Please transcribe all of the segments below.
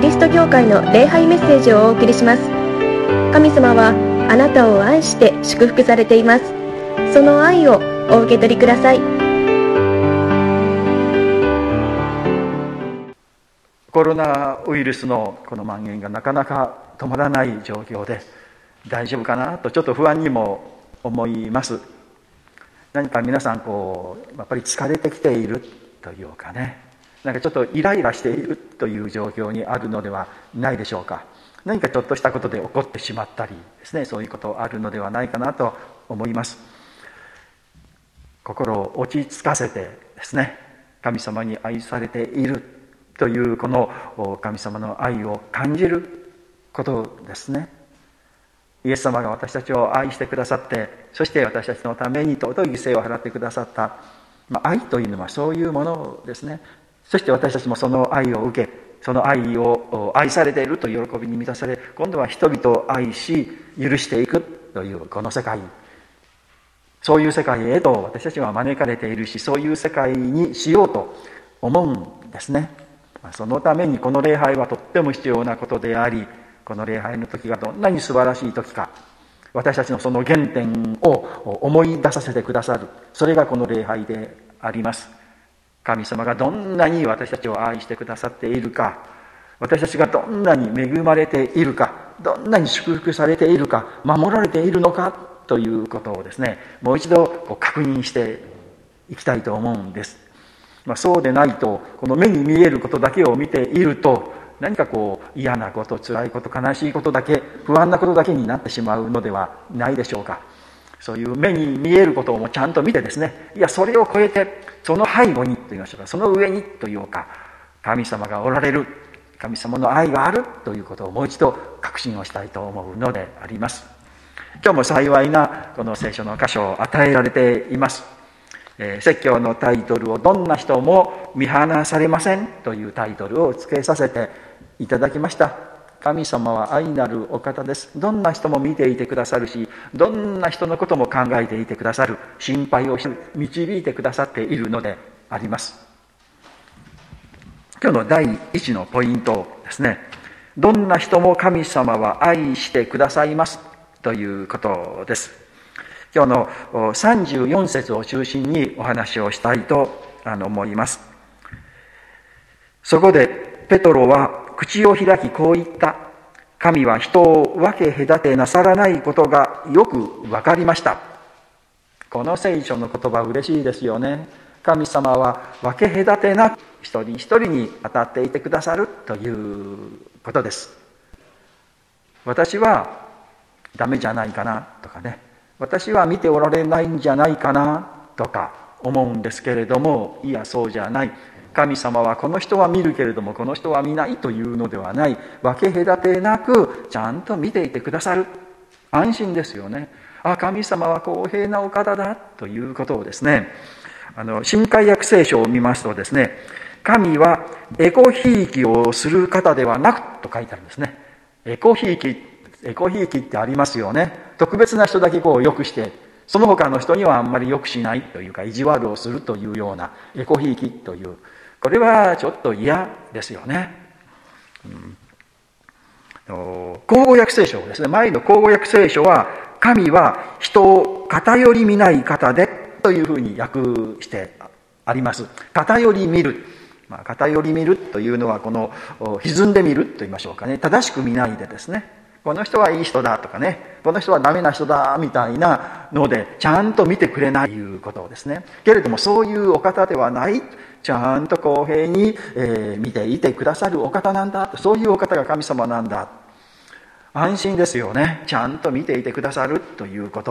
リスト教会の礼拝メッセージをお送りします。神様はあなたを愛して祝福されています。その愛をお受け取りください。 コロナウイルスのこの蔓延がなかなか止まらない状況で、大丈夫かなとちょっと不安にも思います。何か皆さんやっぱり疲れてきているというかね、なんかちょっとイライラしているという状況にあるのではないでしょうか。何かちょっとしたことで起こってしまったりですね、そういうことあるのではないかなと思います。心を落ち着かせてですね、神様に愛されているというこの神様の愛を感じることですね。イエス様が私たちを愛してくださって、そして私たちのために尊い犠牲を払ってくださった、愛というのはそういうものですね。そして私たちもその愛を受け、その愛を愛されているという喜びに満たされ、今度は人々を愛し許していくというこの世界、そういう世界へと私たちは招かれているし、そういう世界にしようと思うんですね。そのためにこの礼拝はとっても必要なことであり、この礼拝の時がどんなに素晴らしい時か、私たちのその原点を思い出させてくださる、それがこの礼拝であります。神様がどんなに私たちを愛してくださっているか、私たちがどんなに恵まれているか、どんなに祝福されているか、守られているのかということをですね、もう一度確認していきたいと思うんです。そうでないと、この目に見えることだけを見ていると、何か嫌なこと、辛いこと、悲しいことだけ、不安なことだけになってしまうのではないでしょうか。そういう目に見えることをもちゃんと見てですね、いやそれを超えて、その背後にと言いましょうか、その上にというか、神様がおられる、神様の愛があるということをもう一度確信をしたいと思うのであります。今日も幸いなこの聖書の箇所を与えられています。説教のタイトルをどんな人も見放されませんというタイトルを付けさせていただきました。神様は愛なるお方です。どんな人も見ていてくださるし、どんな人のことも考えていてくださる、心配を導いてくださっているのであります。今日の第一のポイントですね。どんな人も神様は愛してくださいますということです。今日の34節を中心にお話をしたいと思います。そこでペトロは口を開きこう言った。神は人を分け隔てなさらないことがよくわかりました。この聖書の言葉嬉しいですよね。神様は分け隔てなく一人一人に当たっていてくださるということです。私はダメじゃないかなとかね、私は見ておられないんじゃないかなとか思うんですけれども、いやそうじゃない。神様はこの人は見るけれどもこの人は見ないというのではない。分け隔てなくちゃんと見ていてくださる。安心ですよね。神様は公平なお方だということをですね、新改訳聖書を見ますとですね、神はエコひいきをする方ではなくと書いてあるんですね。エコひいきってありますよね。特別な人だけ良くして、その他の人にはあんまり良くしないというか、意地悪をするというようなエコひいきという、これはちょっと嫌ですよね。口語訳聖書ですね。前の口語訳聖書は、神は人を偏り見ない方でというふうに訳してあります。偏り見る。偏り見るというのはこの歪んで見ると言いましょうかね。正しく見ないでですね。この人はいい人だとかね、この人はダメな人だみたいなのでちゃんと見てくれないということをですね。けれどもそういうお方ではない、ちゃんと公平に、見ていてくださるお方なんだ、そういうお方が神様なんだ。安心ですよね。ちゃんと見ていてくださるということ。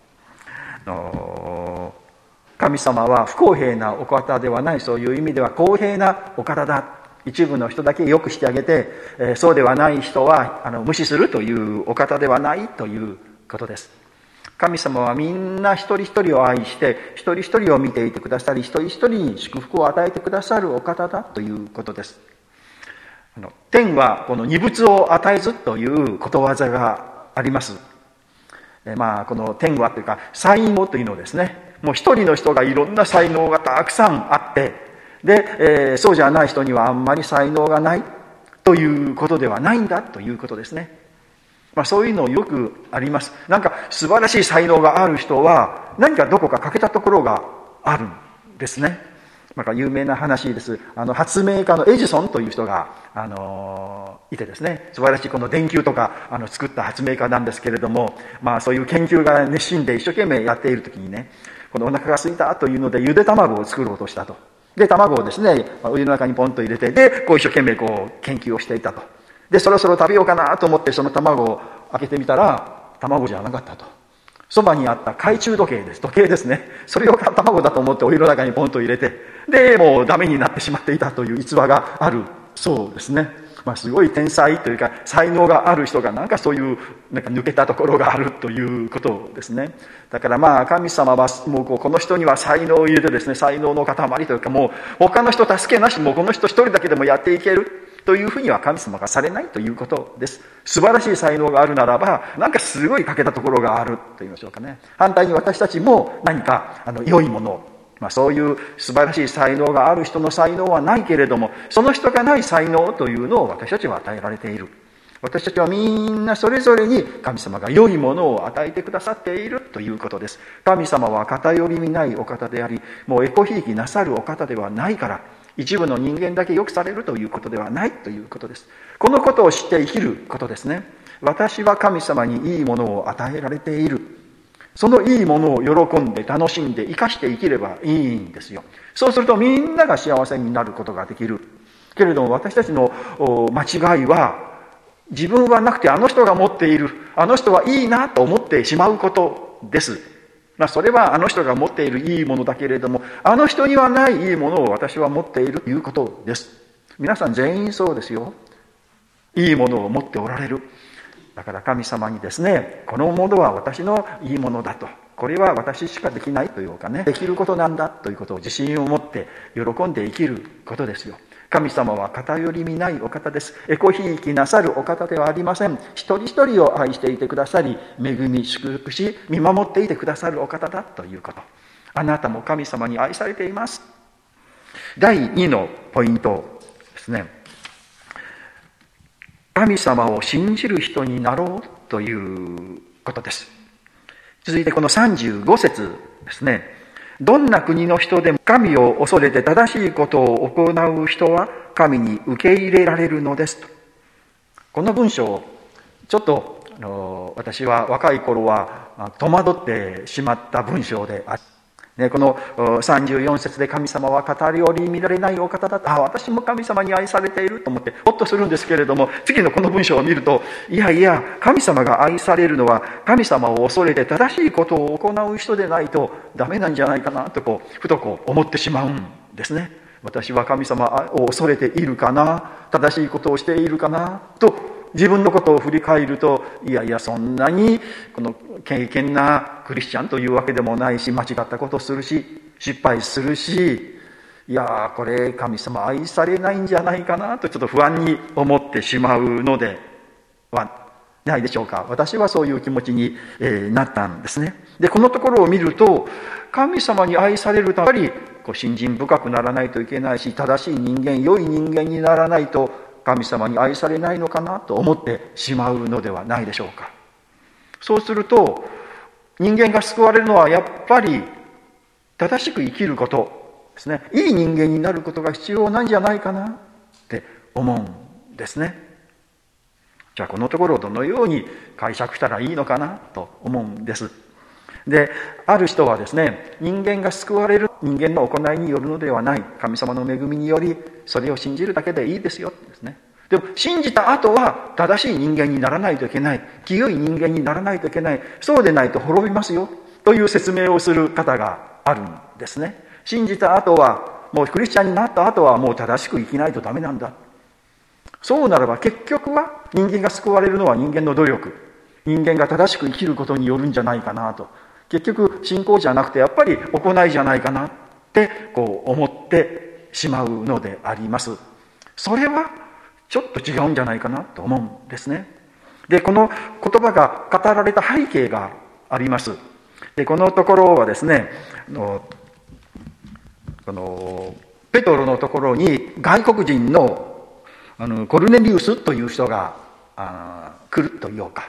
神様は不公平なお方ではない、そういう意味では公平なお方だ。一部の人だけ良くしてあげて、そうではない人は無視するというお方ではないということです。神様はみんな一人一人を愛して、一人一人を見ていてくださり、一人一人に祝福を与えてくださるお方だということです。天はこの二物を与えずということわざがあります。この天はというか才能というのですね、もう一人の人がいろんな才能がたくさんあって、で、そうじゃない人にはあんまり才能がないということではないんだということですね。そういうのよくあります。なんか素晴らしい才能がある人は何かどこか欠けたところがあるんですね。有名な話です。発明家のエジソンという人がいてですね、素晴らしいこの電球とか作った発明家なんですけれども、そういう研究が熱心で一生懸命やっている時にね、このお腹が空いたというのでゆで卵を作ろうとしたと。で卵をですねお湯の中にポンと入れて、で一生懸命研究をしていたと。でそろそろ食べようかなと思ってその卵を開けてみたら卵じゃなかったと。そばにあった懐中時計ですね。それを卵だと思ってお湯の中にポンと入れて、でもうダメになってしまっていたという逸話があるそうですね。すごい天才というか才能がある人がなんかそういう抜けたところがあるということですね。だから神様はもうこの人には才能を入れてですね、才能の塊というか、もう他の人助けなし、もうこの人一人だけでもやっていけるというふうには神様がされないということです。素晴らしい才能があるならば、なんかすごい欠けたところがあると言いましょうかね。反対に私たちも何か良いものを、そういう素晴らしい才能がある人の才能はないけれども、その人がない才能というのを私たちは与えられている。私たちはみんなそれぞれに神様が良いものを与えてくださっているということです。神様は偏り見ないお方であり、もうエコひいきなさるお方ではないから、一部の人間だけ良くされるということではないということです。このことを知って生きることですね。私は神様にいいものを与えられている。そのいいものを喜んで楽しんで生かして生きればいいんですよ。そうするとみんなが幸せになることができる。けれども私たちの間違いは、自分はなくてあの人が持っている、あの人はいいなと思ってしまうことです。それはあの人が持っているいいものだけれども、あの人にはないいいものを私は持っているということです。皆さん全員そうですよ。いいものを持っておられる。だから神様にですね、このものは私のいいものだと、これは私しかできないというかね、できることなんだということを自信を持って喜んで生きることですよ。神様は偏り見ないお方です。エコひいきなさるお方ではありません。一人一人を愛していてくださり、恵み祝福し見守っていてくださるお方だということ。あなたも神様に愛されています。第2のポイントですね。神様を信じる人になろうということです。続いてこの35節ですね。どんな国の人でも神を恐れて正しいことを行う人は神に受け入れられるのですと。この文章、ちょっと私は若い頃は戸惑ってしまった文章である。この34節で神様は偏り見られないお方だと、私も神様に愛されていると思ってほっとするんですけれども、次のこの文章を見ると、いやいや神様が愛されるのは神様を恐れて正しいことを行う人でないとダメなんじゃないかなとふと思ってしまうんですね。私は神様を恐れているかな、正しいことをしているかなと自分のことを振り返ると、いやいやそんなにこの敬虔なクリスチャンというわけでもないし、間違ったことをするし失敗するし、いやこれ神様愛されないんじゃないかなとちょっと不安に思ってしまうのではないでしょうか。私はそういう気持ちになったんですね。でこのところを見ると、神様に愛されるために信心深くならないといけないし、正しい人間、良い人間にならないと神様に愛されないのかなと思ってしまうのではないでしょうか。そうすると人間が救われるのはやっぱり正しく生きることですね。いい人間になることが必要なんじゃないかなって思うんですね。じゃあこのところをどのように解釈したらいいのかなと思うんです。で、ある人はですね、人間が救われる人間の行いによるのではない、神様の恵みによりそれを信じるだけでいいですよですね。でも信じた後は正しい人間にならないといけない、清い人間にならないといけない、そうでないと滅びますよという説明をする方があるんですね。信じた後は、もうクリスチャンになった後はもう正しく生きないとダメなんだ。そうならば結局は人間が救われるのは人間の努力、人間が正しく生きることによるんじゃないかなと。結局信仰じゃなくてやっぱり行いじゃないかなって思ってしまうのであります。それはちょっと違うんじゃないかなと思うんですね。でこの言葉が語られた背景があります。でこのところはですね、このペトロのところに外国人のコルネリウスという人が来るというか、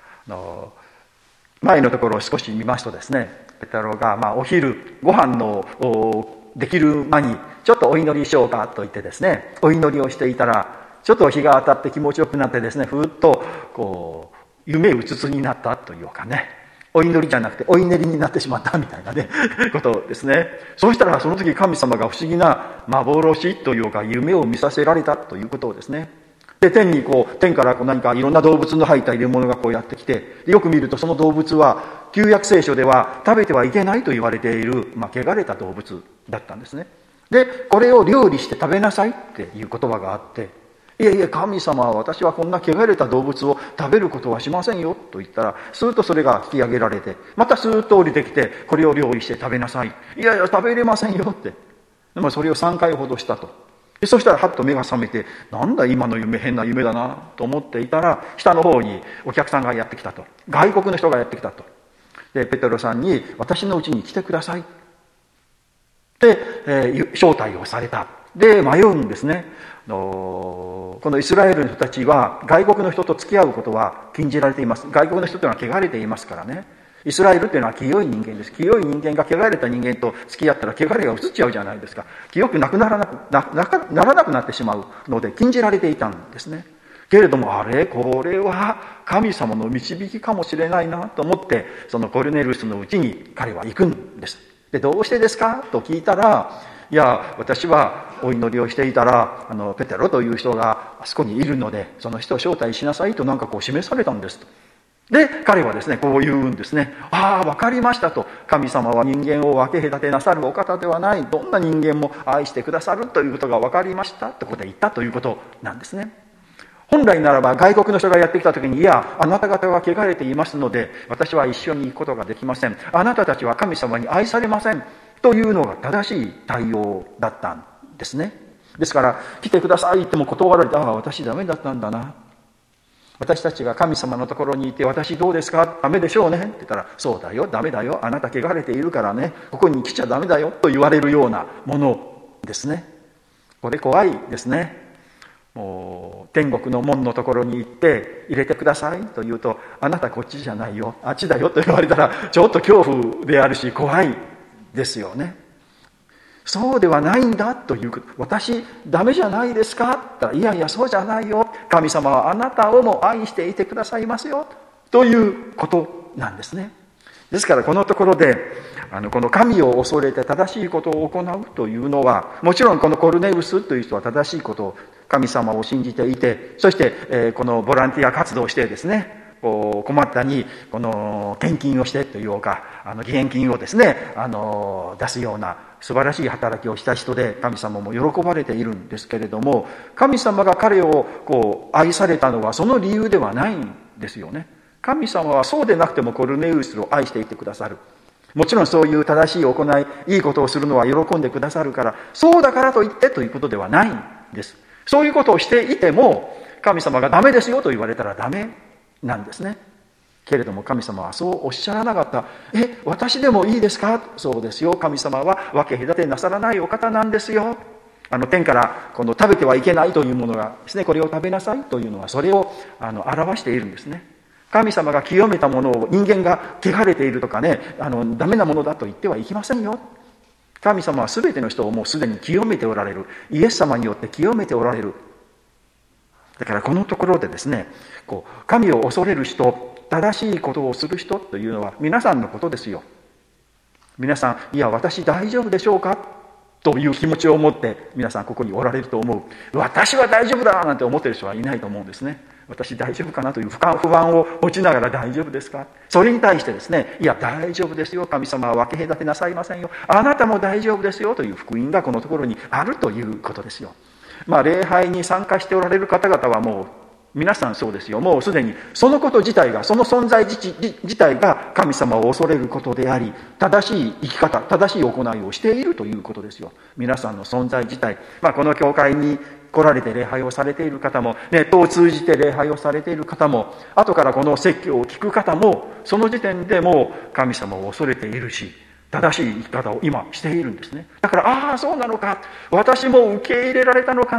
前のところを少し見ますとですね、ペテロがお昼ご飯のできる間にちょっとお祈りしようかと言ってですね、お祈りをしていたら、ちょっと日が当たって気持ちよくなってですね、ふーっとこう夢うつつになったというかね、お祈りじゃなくてお祈りになってしまったみたいなねことですね。そうしたらその時神様が不思議な幻というか夢を見させられたということをですね。で、天から何かいろんな動物の吐いた入れ物がやってきて、よく見るとその動物は旧約聖書では食べてはいけないと言われている、汚れた動物だったんですね。で、これを料理して食べなさいっていう言葉があって、いやいや神様は私はこんな汚れた動物を食べることはしませんよと言ったら、スーッとそれが引き上げられて、またスーッと降りてきて、これを料理して食べなさい。いやいや食べれませんよって。でもそれを3回ほどしたと。でそしたらはっと目が覚めて、なんだ今の夢、変な夢だなと思っていたら、下の方にお客さんがやってきたと。外国の人がやってきたと。でペテロさんに私のうちに来てくださいで、招待をされた。で迷うんですね。このイスラエルの人たちは外国の人と付き合うことは禁じられています。外国の人というのは汚れていますからね。イスラエルというのは清い人間です。清い人間が汚れた人間と付き合ったら汚れが移っちゃうじゃないですか。清くならなくなってしまうので禁じられていたんですね。けれどもこれは神様の導きかもしれないなと思って、そのコルネリウスのうちに彼は行くんです。でどうしてですかと聞いたら、いや私はお祈りをしていたらペテロという人があそこにいるので、その人を招待しなさいと示されたんですと。で彼はですねこう言うんですね。わかりましたと。神様は人間を分け隔てなさるお方ではない。どんな人間も愛してくださるということが分かりましたとここで言ったということなんですね。本来ならば外国の人がやってきた時に、いやあなた方は汚れていますので私は一緒に行くことができません。あなたたちは神様に愛されませんというのが正しい対応だったんですね。ですから来てくださいっても断られて、私ダメだったんだな。私たちが神様のところにいて、私どうですか、ダメでしょうねって言ったら、そうだよダメだよ、あなた汚れているからね、ここに来ちゃダメだよと言われるようなものですね。これ怖いですね。もう天国の門のところに行って入れてくださいと言うと、あなたこっちじゃないよあっちだよと言われたらちょっと恐怖であるし怖いですよね。そうではないんだという、私ダメじゃないですかって言ったら、いやいやそうじゃないよ、神様はあなたをも愛していてくださいますよということなんですね。ですからこのところでこの神を恐れて正しいことを行うというのは、もちろんこのコルネウスという人は正しいことを、神様を信じていて、そしてこのボランティア活動をしてですね、困ったにこの献金をしてというか義援金をですね出すような素晴らしい働きをした人で、神様も喜ばれているんですけれども、神様が彼を愛されたのはその理由ではないんですよね。神様はそうでなくてもコルネウスを愛していてくださる。もちろんそういう正しい行い、いいことをするのは喜んでくださるから、そうだからといってということではないんです。そういうことをしていても神様がダメですよと言われたらダメなんですね。けれども神様はそうおっしゃらなかった。私でもいいですか。そうですよ、神様は分け隔てなさらないお方なんですよ。天からこの食べてはいけないというものがですね、これを食べなさいというのはそれを表しているんですね。神様が清めたものを人間が汚れているとかね、ダメなものだと言ってはいけませんよ。神様は全ての人をもうすでに清めておられる。イエス様によって清めておられる。だからこのところでですね、神を恐れる人、正しいことをする人というのは皆さんのことですよ。皆さん、いや私大丈夫でしょうかという気持ちを持って皆さんここにおられると思う。私は大丈夫だなんて思っている人はいないと思うんですね。私大丈夫かなという不安を持ちながら大丈夫ですか。それに対してですね、いや大丈夫ですよ、神様は分け隔てなさいませんよ、あなたも大丈夫ですよという福音がこのところにあるということですよ。礼拝に参加しておられる方々はもう皆さんそうですよ。もうすでにそのこと自体が、その存在自体が神様を恐れることであり、正しい生き方、正しい行いをしているということですよ。皆さんの存在自体、この教会に来られて礼拝をされている方も、ネットを通じて礼拝をされている方も、後からこの説教を聞く方も、その時点でもう神様を恐れているし、正しい生き方を今しているんですね。だから、そうなのか、私も受け入れられたのかな、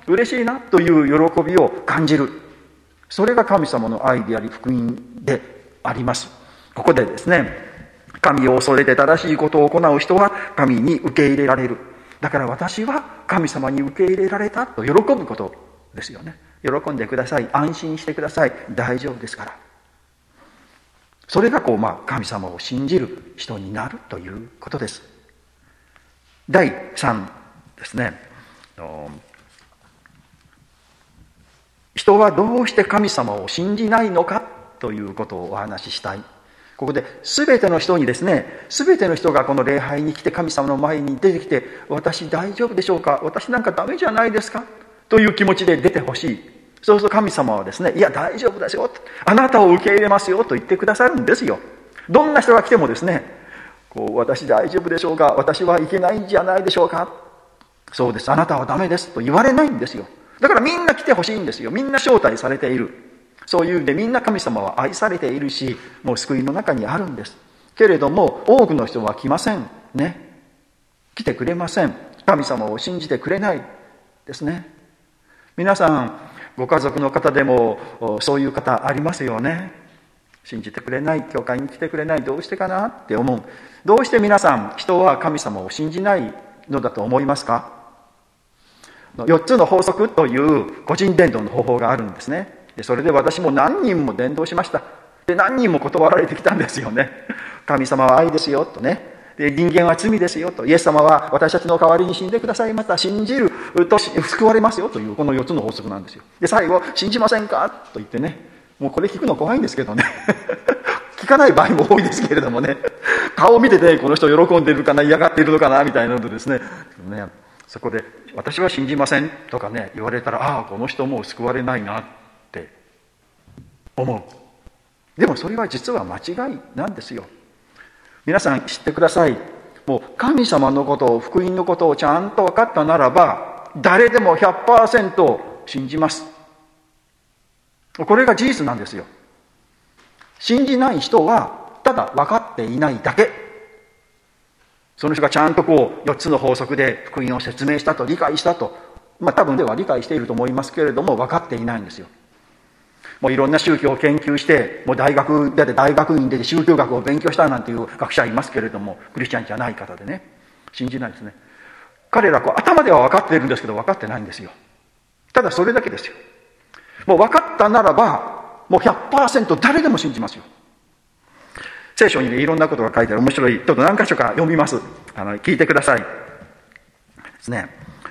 嬉しいなという喜びを感じる。それが神様の愛であり福音であります。ここでですね、神を恐れて正しいことを行う人は神に受け入れられる。だから私は神様に受け入れられたと喜ぶことですよね。喜んでください。安心してください。大丈夫ですから。それが神様を信じる人になるということです。第3ですね。人はどうして神様を信じないのかということをお話ししたい。ここで全ての人にですね、全ての人がこの礼拝に来て神様の前に出てきて、私大丈夫でしょうか、私なんかダメじゃないですかという気持ちで出てほしい。そうすると神様はですね、いや大丈夫ですよ、あなたを受け入れますよと言ってくださるんですよ。どんな人が来てもですね、私大丈夫でしょうか、私はいけないんじゃないでしょうか、そうです、あなたはダメですと言われないんですよ。だからみんな来てほしいんですよ。みんな招待されている。そういう意味でみんな神様は愛されているし、もう救いの中にあるんです。けれども多くの人は来ませんね。来てくれません。神様を信じてくれないですね。皆さんご家族の方でもそういう方ありますよね。信じてくれない、教会に来てくれない、どうしてかなって思う。どうして皆さん人は神様を信じないのだと思いますか。4つの法則という個人伝道の方法があるんですね。でそれで私も何人も伝道しました。で何人も断られてきたんですよね。神様は愛ですよとね。で人間は罪ですよと。イエス様は私たちの代わりに死んでください。また信じると救われますよというこの4つの法則なんですよ。で最後、信じませんかと言ってね、もうこれ聞くの怖いんですけどね。聞かない場合も多いですけれどもね。顔を見ててこの人喜んでいるかな、嫌がっているのかなみたいなのでですね。そこで私は信じませんとかね言われたら、ああこの人もう救われないなって思う。でもそれは実は間違いなんですよ。皆さん知ってください。もう神様のことを、福音のことをちゃんと分かったならば誰でも 100% 信じます。これが事実なんですよ。信じない人はただ分かっていないだけ。その人がちゃんと4つの法則で福音を説明したと、理解したと、多分では理解していると思いますけれども分かっていないんですよ。もういろんな宗教を研究して、もう大学院で宗教学を勉強したなんていう学者いますけれども、クリスチャンじゃない方でね、信じないですね。彼ら頭では分かっているんですけど分かってないんですよ。ただそれだけですよ。もう分かったならばもう 100% 誰でも信じますよ。聖書にいろんなことが書いてある面白い。ちょっと何箇所か読みます。聞いてくださいですね。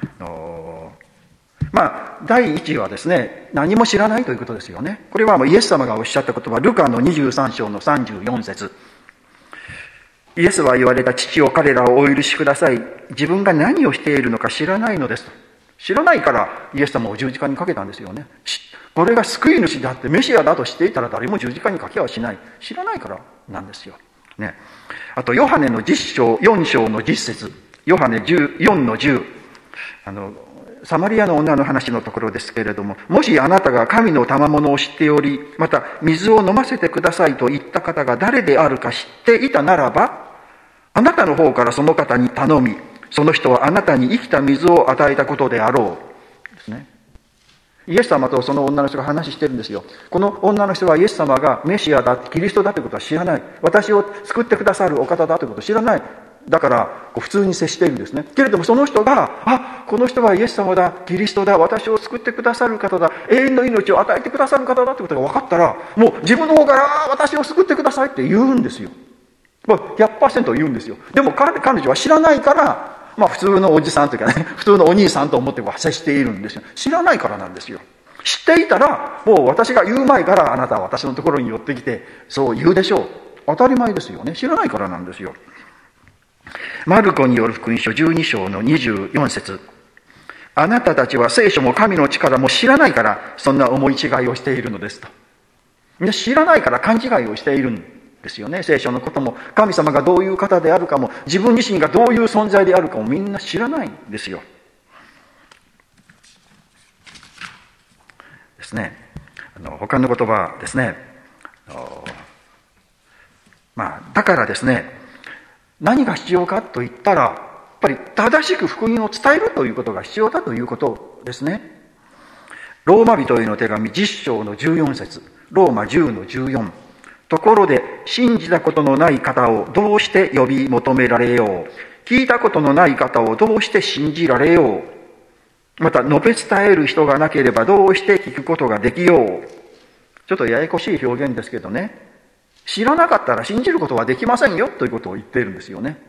第一はですね、何も知らないということですよね。これはイエス様がおっしゃった言葉、ルカの23章の34節。イエスは言われた。父よ、彼らをお許しください。自分が何をしているのか知らないのですと。知らないからイエス様を十字架にかけたんですよね。これが救い主であってメシアだと知っていたら誰も十字架にかけはしない。知らないからなんですよね。あとヨハネの4章の10節、ヨハネ4の10、サマリアの女の話のところですけれども、もしあなたが神の賜物を知っており、また水を飲ませてくださいと言った方が誰であるか知っていたならば、あなたの方からその方に頼み、その人はあなたに生きた水を与えたことであろうですね。イエス様とその女の人が話してるんですよ。この女の人はイエス様がメシアだ、キリストだということは知らない。私を救ってくださるお方だということを知らない。だから普通に接しているんですね。けれどもその人が、この人はイエス様だ、キリストだ、私を救ってくださる方だ、永遠の命を与えてくださる方だということが分かったら、もう自分の方から私を救ってくださいって言うんですよ。100% 言うんですよ。でも彼女は知らないから、普通のおじさんというかね、普通のお兄さんと思って接しているんですよ。知らないからなんですよ。知っていたら、もう私が言う前からあなたは私のところに寄ってきて、そう言うでしょう。当たり前ですよね。知らないからなんですよ。マルコによる福音書12章の24節。あなたたちは聖書も神の力も知らないから、そんな思い違いをしているのですと。みんな知らないから勘違いをしているんですよね。聖書のことも、神様がどういう方であるかも、自分自身がどういう存在であるかもみんな知らないんですよ。ですね。他の言葉ですね。だからですね、何が必要かと言ったら、やっぱり正しく福音を伝えるということが必要だということですね。 ローマ人への手紙10章の14節、ローマ10の14。ところで信じたことのない方をどうして呼び求められよう。聞いたことのない方をどうして信じられよう。また述べ伝える人がなければどうして聞くことができよう。ちょっとややこしい表現ですけどね、知らなかったら信じることはできませんよということを言っているんですよね。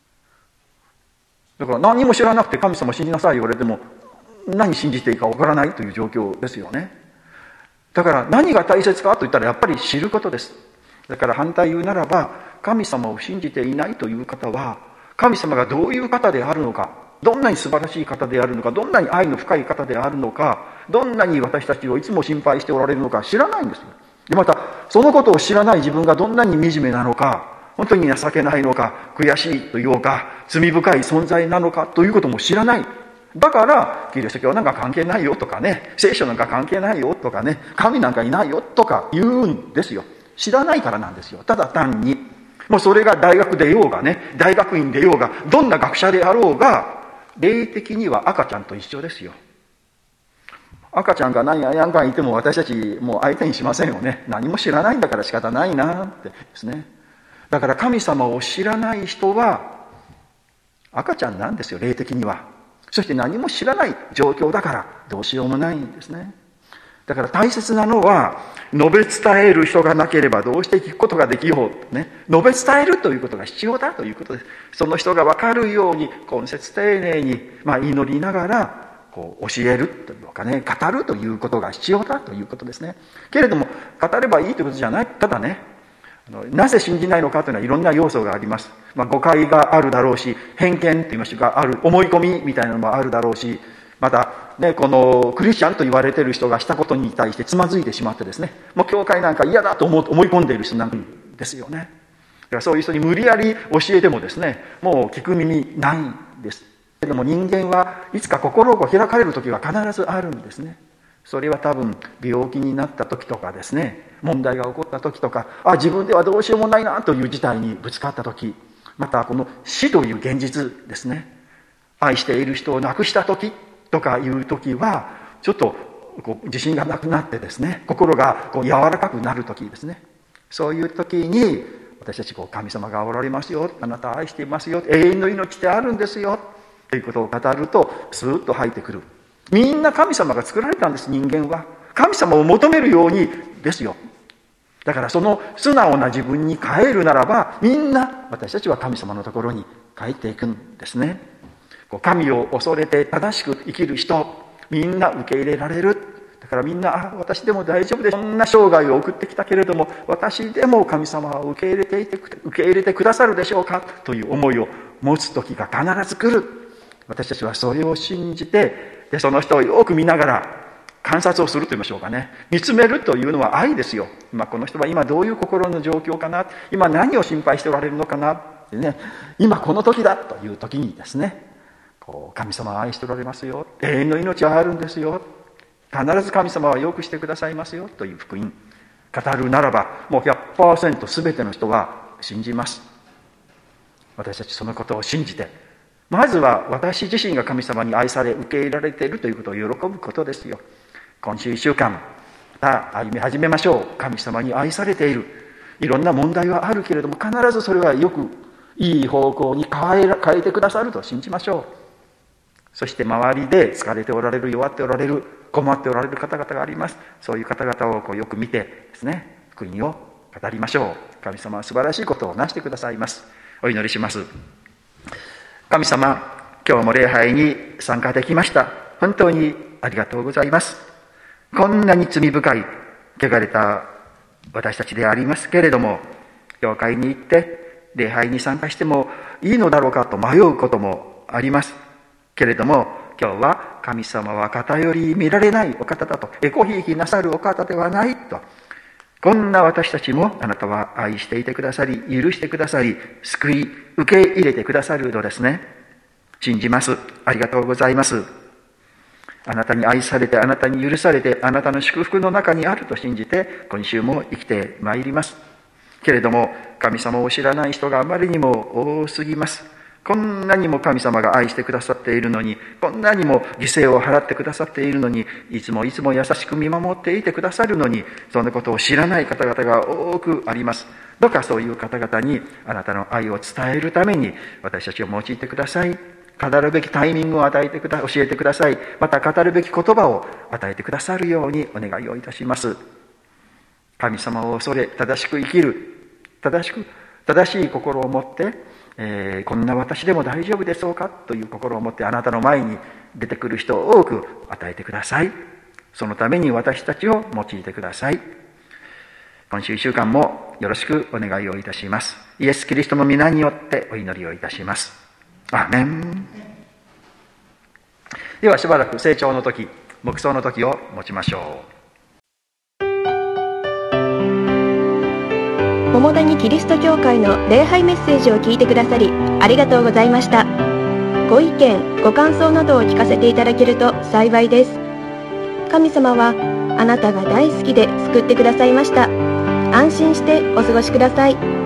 だから何も知らなくて神様信じなさい言われても何信じていいかわからないという状況ですよね。だから何が大切かと言ったらやっぱり知ることです。だから反対言うならば、神様を信じていないという方は神様がどういう方であるのか、どんなに素晴らしい方であるのか、どんなに愛の深い方であるのか、どんなに私たちをいつも心配しておられるのか知らないんですよ。でまたそのことを知らない自分がどんなに惨めなのか、本当に情けないのか、悔しいというか罪深い存在なのかということも知らない。だからキリスト教なんか関係ないよとかね、聖書なんか関係ないよとかね、神なんかいないよとか言うんですよ。知らないからなんですよ。ただ単にもうそれが大学でようがね、大学院でようが、どんな学者であろうが霊的には赤ちゃんと一緒ですよ。赤ちゃんが何ややんかんいても私たちもう相手にしませんよね。何も知らないんだから仕方ないなってですね。だから神様を知らない人は赤ちゃんなんですよ、霊的には。そして何も知らない状況だからどうしようもないんですね。だから大切なのは述べ伝える人がなければどうして聞くことができよう、ね、述べ伝えるということが必要だということです。その人が分かるように懇切丁寧に、祈りながら教えるというかね、語るということが必要だということですね。けれども語ればいいということじゃない。ただね、なぜ信じないのかというのはいろんな要素があります。誤解があるだろうし、偏見といいましょうか、ある思い込みみたいなのもあるだろうし、またね、このクリスチャンと言われている人がしたことに対してつまずいてしまってですね、もう教会なんか嫌だと思い込んでいる人なんですよね。だからそういう人に無理やり教えてもですね、もう聞く耳ないんです。けれども人間はいつか心が開かれる時が必ずあるんですね。それは多分病気になった時とかですね、問題が起こった時とか、自分ではどうしようもないなという事態にぶつかった時、またこの死という現実ですね、愛している人を亡くした時とかいう時はちょっと自信がなくなってですね、心が柔らかくなる時ですね。そういう時に私たち神様がおられますよ、あなたを愛していますよ、永遠の命ってあるんですよということを語るとスーッと入ってくる。みんな神様が作られたんです。人間は神様を求めるようにですよ。だからその素直な自分に帰るならば、みんな私たちは神様のところに帰っていくんですね。神を恐れて正しく生きる人、みんな受け入れられる。だからみんな、私でも大丈夫です。そんな生涯を送ってきたけれども、私でも神様は受け入れてくださるでしょうかという思いを持つ時が必ず来る。私たちはそれを信じて、でその人をよく見ながら観察をすると言いましょうかね。見つめるというのは愛ですよ。この人は今どういう心の状況かな、今何を心配しておられるのかなってね、今この時だという時にですね、神様は愛しておられますよ、永遠の命はあるんですよ、必ず神様はよくしてくださいますよという福音語るならば、もう 100% 全ての人は信じます。私たちそのことを信じて、まずは私自身が神様に愛され受け入れられているということを喜ぶことですよ。今週1週間歩み始めましょう。神様に愛されている。いろんな問題はあるけれども、必ずそれはよくいい方向に変えてくださると信じましょう。そして周りで疲れておられる、弱っておられる、困っておられる方々があります。そういう方々をよく見てですね、福音を語りましょう。神様は素晴らしいことをなしてくださいます。お祈りします。神様、今日も礼拝に参加できました。本当にありがとうございます。こんなに罪深い汚れた私たちでありますけれども、教会に行って礼拝に参加してもいいのだろうかと迷うこともありますけれども、今日は神様は偏り見られないお方だと、エコひいきなさるお方ではないと、こんな私たちもあなたは愛していてくださり、許してくださり、救い受け入れてくださるのですね。信じます。ありがとうございます。あなたに愛されて、あなたに許されて、あなたの祝福の中にあると信じて、今週も生きてまいります。けれども、神様を知らない人があまりにも多すぎます。 こんなにも神様が愛してくださっているのに、こんなにも犠牲を払ってくださっているのに、いつもいつも優しく見守っていてくださるのに、そんなことを知らない方々が多くあります。どうかそういう方々にあなたの愛を伝えるために私たちを用いてください。語るべきタイミングを教えてください。また語るべき言葉を与えてくださるようにお願いをいたします。神様を恐れ正しく生きる、正しい心を持って、こんな私でも大丈夫でしょうかという心を持ってあなたの前に出てくる人を多く与えてください。そのために私たちを用いてください。今週1週間もよろしくお願いをいたします。イエス・キリストの皆によってお祈りをいたします。アーメン。ではしばらく成長の時、黙想の時を持ちましょう。 桃谷キリスト教会の礼拝メッセージを聞いてくださりありがとうございました。ご意見ご感想などを聞かせていただけると幸いです。神様はあなたが大好きで救ってくださいました。安心してお過ごしください。